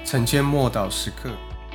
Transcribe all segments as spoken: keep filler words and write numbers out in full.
晨间默祷时刻，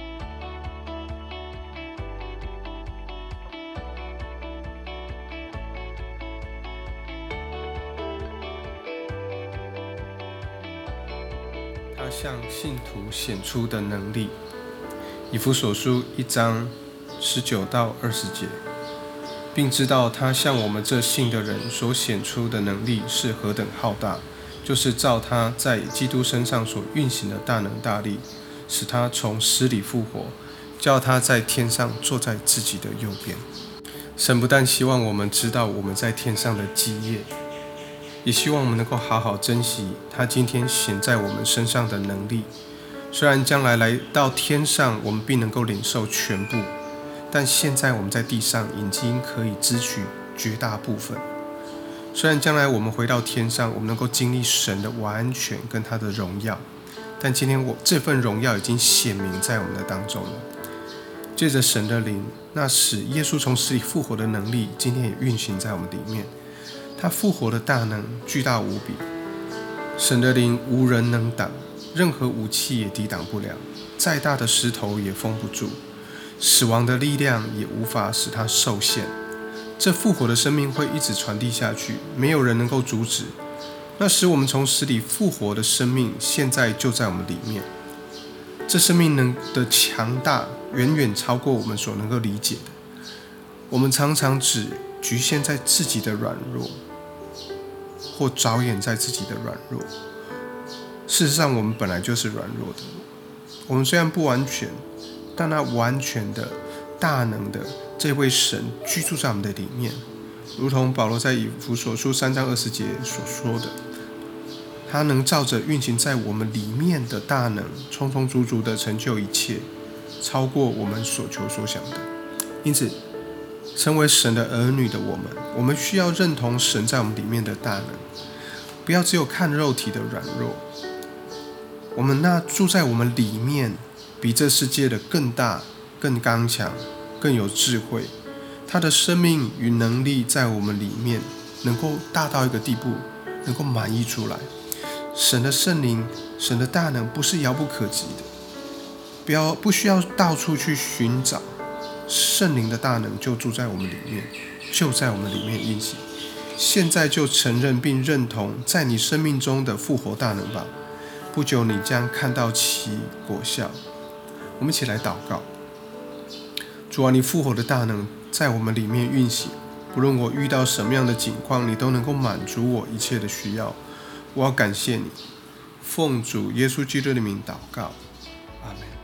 他向信徒显出的能力。以弗所书一章十九到二十节，并知道他向我们这信的人所显出的能力是何等浩大，就是照他在基督身上所运行的大能大力，使他从死里复活，叫他在天上坐在自己的右边。神不但希望我们知道我们在天上的基业，也希望我们能够好好珍惜他今天显在我们身上的能力。虽然将来来到天上，我们必能够领受全部，但现在我们在地上已经可以支取绝大部分。虽然将来我们回到天上，我们能够经历神的完全跟他的荣耀，但今天我这份荣耀已经显明在我们的当中了。借着神的灵，那使耶稣从死里复活的能力，今天也运行在我们里面。他复活的大能巨大无比，神的灵无人能挡，任何武器也抵挡不了，再大的石头也封不住，死亡的力量也无法使它受限。这复活的生命会一直传递下去，没有人能够阻止。那使我们从死里复活的生命，现在就在我们里面。这生命能的强大，远远超过我们所能够理解的。我们常常只局限在自己的软弱，或着眼在自己的软弱。事实上，我们本来就是软弱的。我们虽然不完全，但那完全的、大能的这位神居住在我们的里面，如同保罗在以弗所书三章二十节所说的，他能照着运行在我们里面的大能，充充足足的成就一切，超过我们所求所想的。因此，成为神的儿女的我们，我们需要认同神在我们里面的大能，不要只有看肉体的软弱。我们那住在我们里面，比这世界的更大、更刚强、更有智慧。他的生命与能力在我们里面，能够大到一个地步，能够满溢出来。神的圣灵、神的大能不是遥不可及的，不要不需要到处去寻找，圣灵的大能就住在我们里面，就在我们里面运行。现在就承认并认同在你生命中的复活大能吧。不久你将看到其果效。我们一起来祷告。主啊，你复活的大能在我们里面运行，不论我遇到什么样的境况，你都能够满足我一切的需要。我要感谢你，奉主耶稣基督的名祷告，阿们。